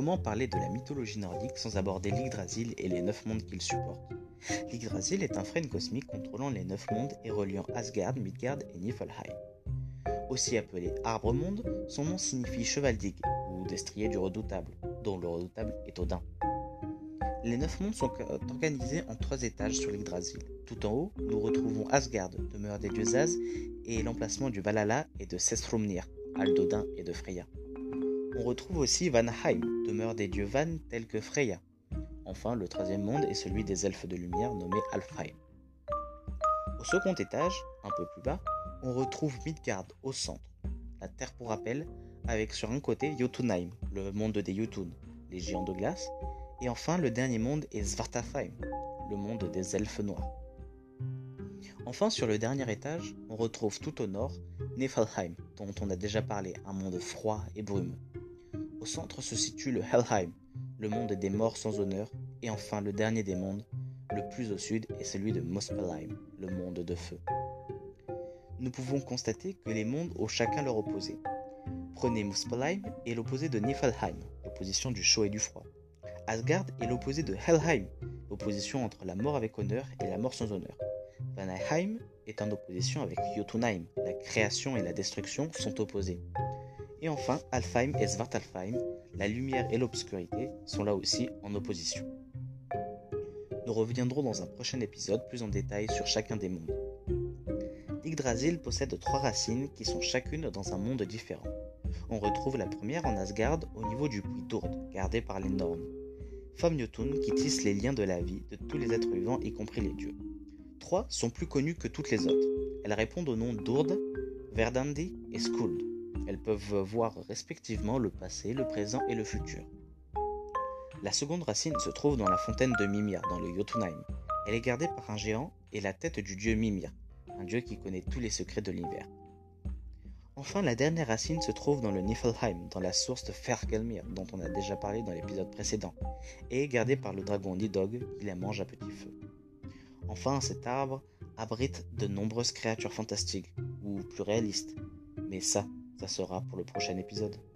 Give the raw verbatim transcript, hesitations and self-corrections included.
comment parler de la mythologie nordique sans aborder l'Yggdrasil et les neuf mondes qu'il supporte. L'Yggdrasil est un frêne cosmique contrôlant les neuf mondes et reliant Asgard, Midgard et Niflheim. Aussi appelé Arbre-Monde, son nom signifie cheval d'Ygg, ou destrier du redoutable, dont le redoutable est Odin. Les neuf mondes sont organisés en trois étages sur l'Yggdrasil. Tout en haut, nous retrouvons Asgard, demeure des dieux As, et l'emplacement du Valhalla et de Sessrumnir, hall d'Odin et de Freya. On retrouve aussi Vanaheim, demeure des dieux Van tels que Freya. Enfin, le troisième monde est celui des elfes de lumière nommé Alfheim. Au second étage, un peu plus bas, on retrouve Midgard au centre, la terre pour rappel, avec sur un côté Jotunheim, le monde des Jotun, les géants de glace, et enfin le dernier monde est Svartalfheim, le monde des elfes noirs. Enfin, sur le dernier étage, on retrouve tout au nord Niflheim, dont on a déjà parlé, un monde froid et brumeux. Au centre se situe le Helheim, le monde des morts sans honneur, et enfin le dernier des mondes, le plus au sud, est celui de Muspelheim, le monde de feu. Nous pouvons constater que les mondes ont chacun leur opposé. Prenez Muspelheim est l'opposé de Niflheim, l'opposition du chaud et du froid. Asgard est l'opposé de Helheim, l'opposition entre la mort avec honneur et la mort sans honneur. Vanaheim est en opposition avec Jotunheim, la création et la destruction sont opposés. Et enfin, Alfheim et Svartalfheim, la lumière et l'obscurité, sont là aussi en opposition. Nous reviendrons dans un prochain épisode plus en détail sur chacun des mondes. L'Yggdrasil possède trois racines qui sont chacune dans un monde différent. On retrouve la première en Asgard au niveau du puits d'Urd, gardé par les Norns. Femme Jotun qui tisse les liens de la vie de tous les êtres vivants, y compris les dieux. Trois sont plus connues que toutes les autres. Elles répondent aux noms d'Urd, Verdandi et Skuld. Elles peuvent voir respectivement le passé, le présent et le futur. La seconde racine se trouve dans la fontaine de Mimir, dans le Jotunheim. Elle est gardée par un géant et la tête du dieu Mimir, un dieu qui connaît tous les secrets de l'univers. Enfin, la dernière racine se trouve dans le Niflheim, dans la source de Fergelmir, dont on a déjà parlé dans l'épisode précédent, et est gardée par le dragon Nidhogg qui la mange à petit feu. Enfin, cet arbre abrite de nombreuses créatures fantastiques, ou plus réalistes, mais ça, ça sera pour le prochain épisode.